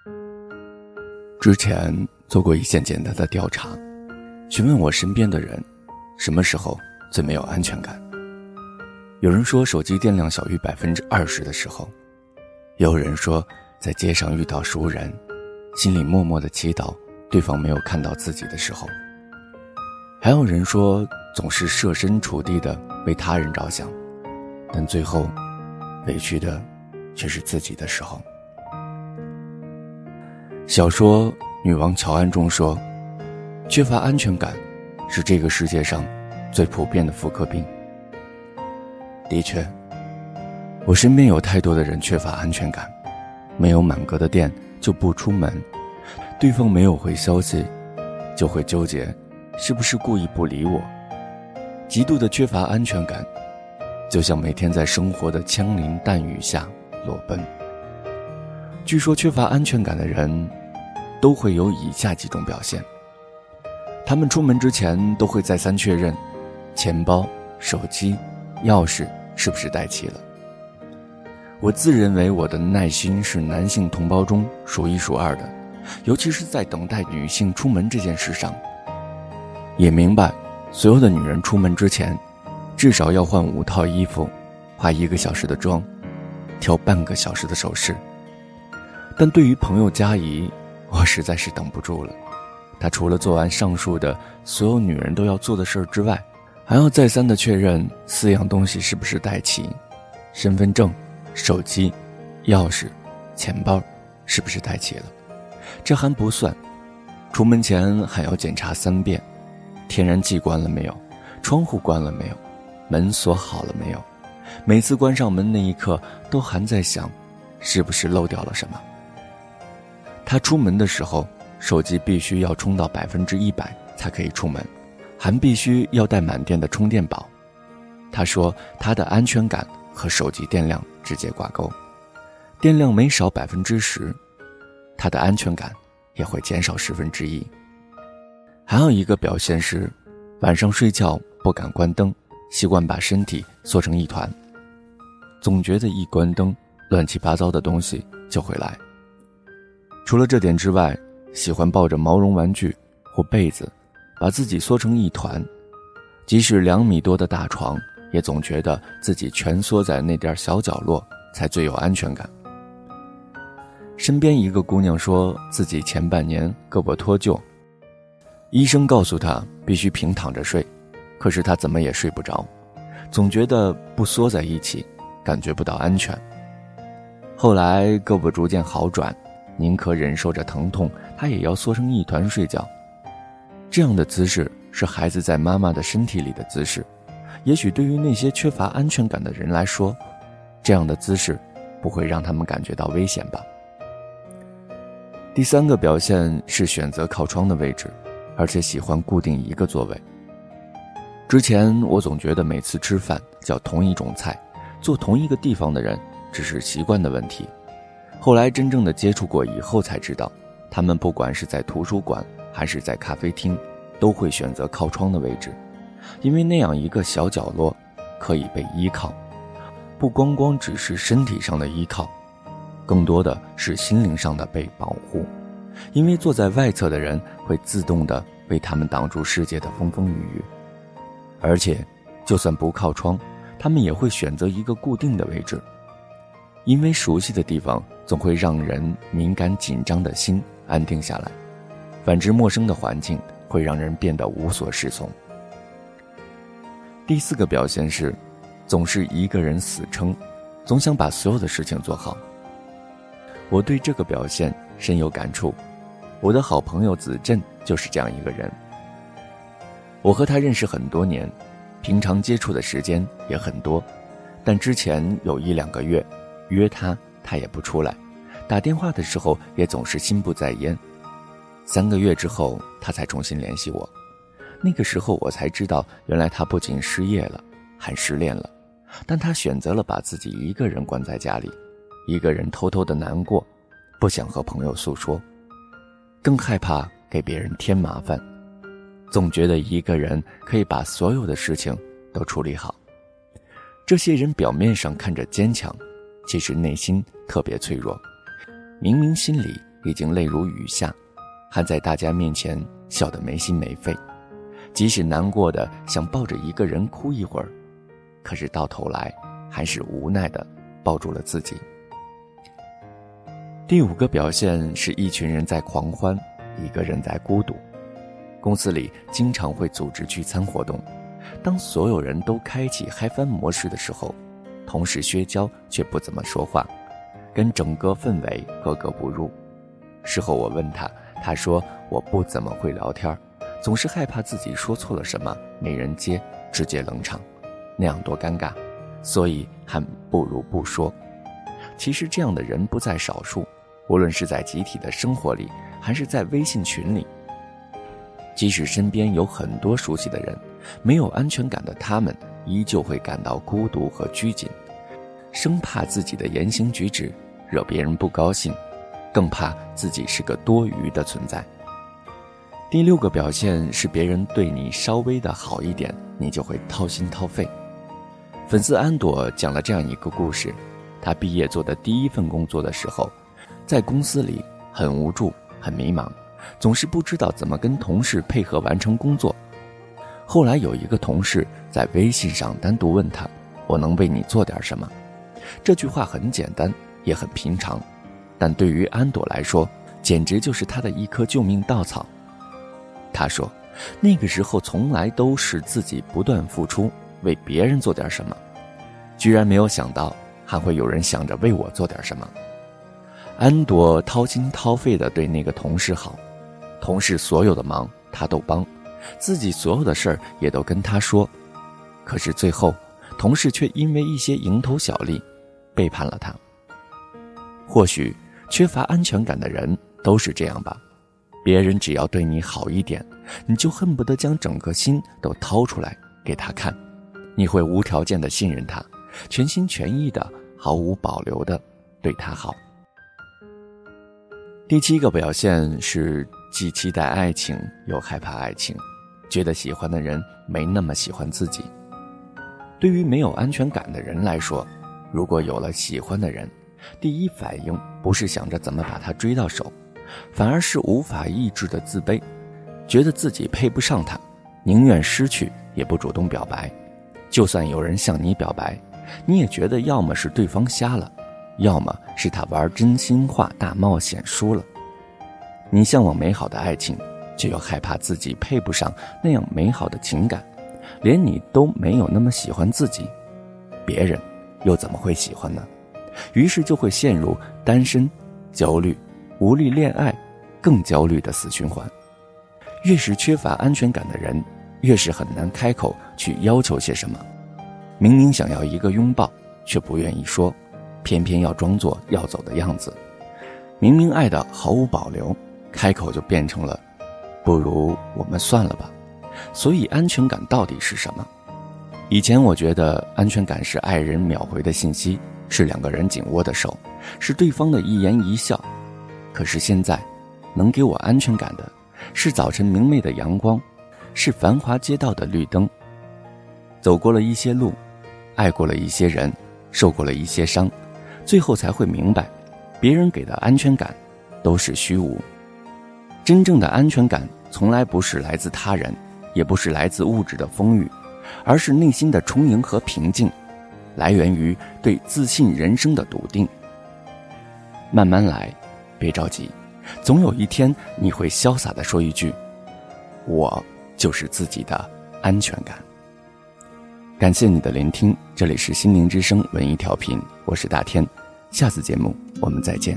之前做过一件简单的调查，询问我身边的人什么时候最没有安全感。有人说手机电量小于 20% 的时候，也有人说在街上遇到熟人，心里默默的祈祷对方没有看到自己的时候，还有人说总是设身处地的为他人着想，但最后委屈的却是自己的时候。小说《女王乔安》中说，缺乏安全感是这个世界上最普遍的妇科病。的确，我身边有太多的人缺乏安全感，没有满格的电就不出门，对方没有回消息就会纠结是不是故意不理我，极度的缺乏安全感，就像每天在生活的枪林弹雨下裸奔。据说缺乏安全感的人都会有以下几种表现，他们出门之前都会再三确认钱包、手机、钥匙是不是带齐了。我自认为我的耐心是男性同胞中数一数二的，尤其是在等待女性出门这件事上，也明白所有的女人出门之前至少要换5套衣服，化1个小时的妆，挑半个小时的首饰。但对于朋友佳怡，我实在是等不住了。她除了做完上述的所有女人都要做的事儿之外，还要再三的确认4样东西是不是带齐：身份证、手机、钥匙、钱包是不是带齐了。这还不算，出门前还要检查3遍，天然气关了没有，窗户关了没有，门锁好了没有。每次关上门那一刻都还在想是不是漏掉了什么。他出门的时候，手机必须要充到100%才可以出门，还必须要带满电的充电宝。他说他的安全感和手机电量直接挂钩，电量每少10%，他的安全感也会减少1/10。还有一个表现是，晚上睡觉不敢关灯，习惯把身体缩成一团，总觉得一关灯，乱七八糟的东西就会来。除了这点之外，喜欢抱着毛绒玩具或被子，把自己缩成一团，即使2米多的大床，也总觉得自己蜷缩在那点小角落才最有安全感。身边一个姑娘说自己前半年胳膊脱臼，医生告诉她必须平躺着睡，可是她怎么也睡不着，总觉得不缩在一起感觉不到安全。后来胳膊逐渐好转，宁可忍受着疼痛，她也要缩成一团睡觉。这样的姿势是孩子在妈妈的身体里的姿势，也许对于那些缺乏安全感的人来说，这样的姿势不会让他们感觉到危险吧。第3个表现是选择靠窗的位置，而且喜欢固定一个座位。之前我总觉得每次吃饭叫同一种菜，坐同一个地方的人只是习惯的问题。后来真正的接触过以后才知道，他们不管是在图书馆还是在咖啡厅，都会选择靠窗的位置，因为那样一个小角落可以被依靠，不光光只是身体上的依靠，更多的是心灵上的被保护。因为坐在外侧的人会自动的为他们挡住世界的风风雨雨，而且就算不靠窗，他们也会选择一个固定的位置，因为熟悉的地方总会让人敏感紧张的心安定下来，反之陌生的环境会让人变得无所适从。第4个表现是总是一个人死撑，总想把所有的事情做好。我对这个表现深有感触，我的好朋友子振就是这样一个人。我和他认识很多年，平常接触的时间也很多，但之前有1-2个月约他也不出来，打电话的时候也总是心不在焉。3个月之后他才重新联系我，那个时候我才知道，原来他不仅失业了，还失恋了，但他选择了把自己一个人关在家里，一个人偷偷的难过，不想和朋友诉说，更害怕给别人添麻烦，总觉得一个人可以把所有的事情都处理好。这些人表面上看着坚强，其实内心特别脆弱，明明心里已经泪如雨下，还在大家面前笑得没心没肺，即使难过的想抱着一个人哭一会儿，可是到头来还是无奈地抱住了自己。第5个表现是一群人在狂欢，一个人在孤独。公司里经常会组织聚餐活动，当所有人都开启嗨翻模式的时候，同事薛娇却不怎么说话，跟整个氛围格格不入。事后我问他说我不怎么会聊天，总是害怕自己说错了什么没人接，直接冷场，那样多尴尬，所以还不如不说。其实这样的人不在少数，无论是在集体的生活里，还是在微信群里。即使身边有很多熟悉的人，没有安全感的他们依旧会感到孤独和拘谨，生怕自己的言行举止惹别人不高兴，更怕自己是个多余的存在。第6个表现是别人对你稍微的好一点，你就会掏心掏肺。粉丝安朵讲了这样一个故事，他毕业做的第1份工作的时候，在公司里很无助很迷茫，总是不知道怎么跟同事配合完成工作。后来有一个同事在微信上单独问他，我能为你做点什么？这句话很简单也很平常，但对于安朵来说，简直就是他的一颗救命稻草。他说那个时候从来都是自己不断付出，为别人做点什么，居然没有想到还会有人想着为我做点什么。安朵掏心掏肺地对那个同事好，同事所有的忙他都帮，自己所有的事儿也都跟他说，可是最后同事却因为一些蝇头小利背叛了他。或许缺乏安全感的人都是这样吧，别人只要对你好一点，你就恨不得将整个心都掏出来给他看，你会无条件的信任他，全心全意的毫无保留的对他好。第7个表现是既期待爱情又害怕爱情，觉得喜欢的人没那么喜欢自己。对于没有安全感的人来说，如果有了喜欢的人，第一反应不是想着怎么把他追到手，反而是无法抑制的自卑，觉得自己配不上他，宁愿失去也不主动表白。就算有人向你表白，你也觉得要么是对方瞎了，要么是他玩真心话大冒险输了。你向往美好的爱情，却又害怕自己配不上那样美好的情感，连你都没有那么喜欢自己，别人又怎么会喜欢呢？于是就会陷入单身、焦虑、无力恋爱、更焦虑的死循环。越是缺乏安全感的人，越是很难开口去要求些什么。明明想要一个拥抱，却不愿意说，偏偏要装作要走的样子。明明爱得毫无保留，开口就变成了不如我们算了吧。所以安全感到底是什么？以前我觉得安全感是爱人秒回的信息，是2个人紧握的手，是对方的一言一笑。可是现在能给我安全感的是早晨明媚的阳光，是繁华街道的绿灯。走过了一些路，爱过了一些人，受过了一些伤，最后才会明白，别人给的安全感都是虚无。真正的安全感从来不是来自他人，也不是来自物质的丰裕，而是内心的充盈和平静，来源于对自信人生的笃定。慢慢来，别着急，总有一天你会潇洒地说一句，我就是自己的安全感。感谢你的聆听，这里是心灵之声文艺调频，我是大天，下次节目我们再见。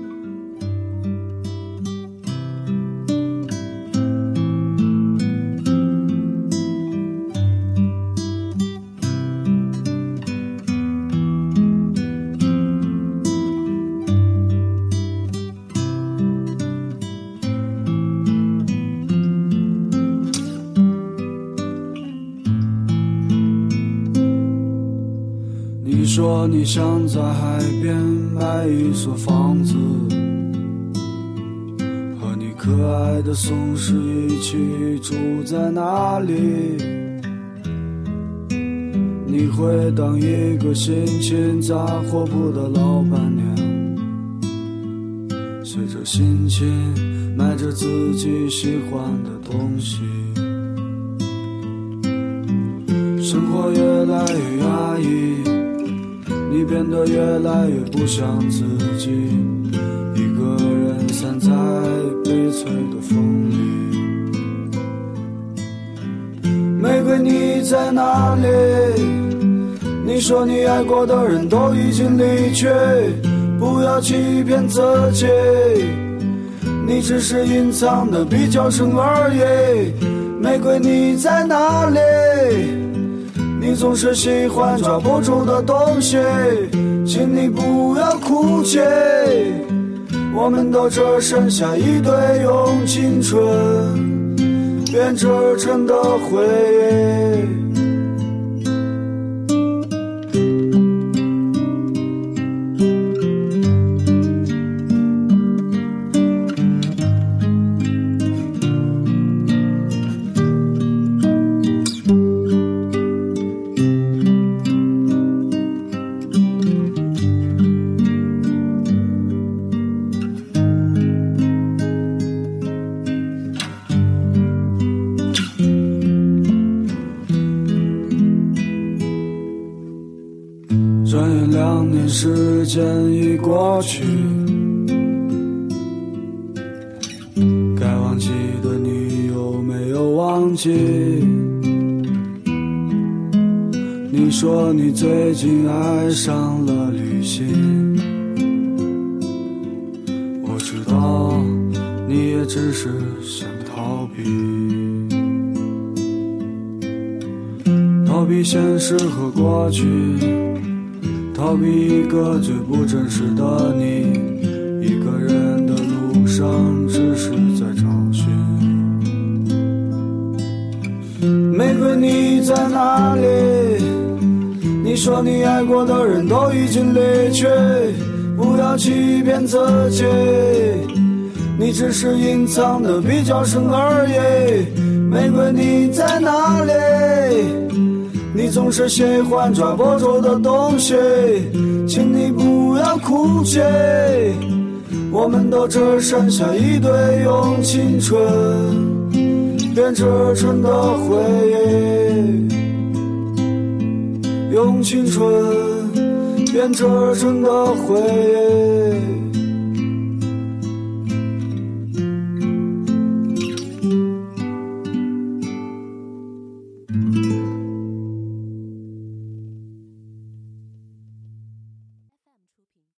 你说你想在海边买一所房子，和你可爱的松狮一起住在那里。你会当一个心情杂货铺的老板娘， 随着心情买着自己喜欢的东西，生活越来越压抑，你变得越来越不像自己，一个人散在悲催的风里。玫瑰你在哪里？你说你爱过的人都已经离去，不要欺骗自己，你只是隐藏的比较深而已。玫瑰你在哪里？你总是喜欢抓不住的东西，请你不要哭泣，我们都只剩下一堆用青春编织成的回忆。转眼2年时间已过去，该忘记的你有没有忘记？你说你最近爱上了旅行，我知道你也只是想逃避现实和过去，逃避一个最不真实的你，一个人的路上只是在找寻。玫瑰你在哪里？你说你爱过的人都已经离去，不要欺骗自己，你只是隐藏的比较深而已。玫瑰你在哪里？你总是喜欢抓不住的东西，请你不要哭泣，我们都只剩下一堆用青春编织成的回忆，用青春编织成的回忆。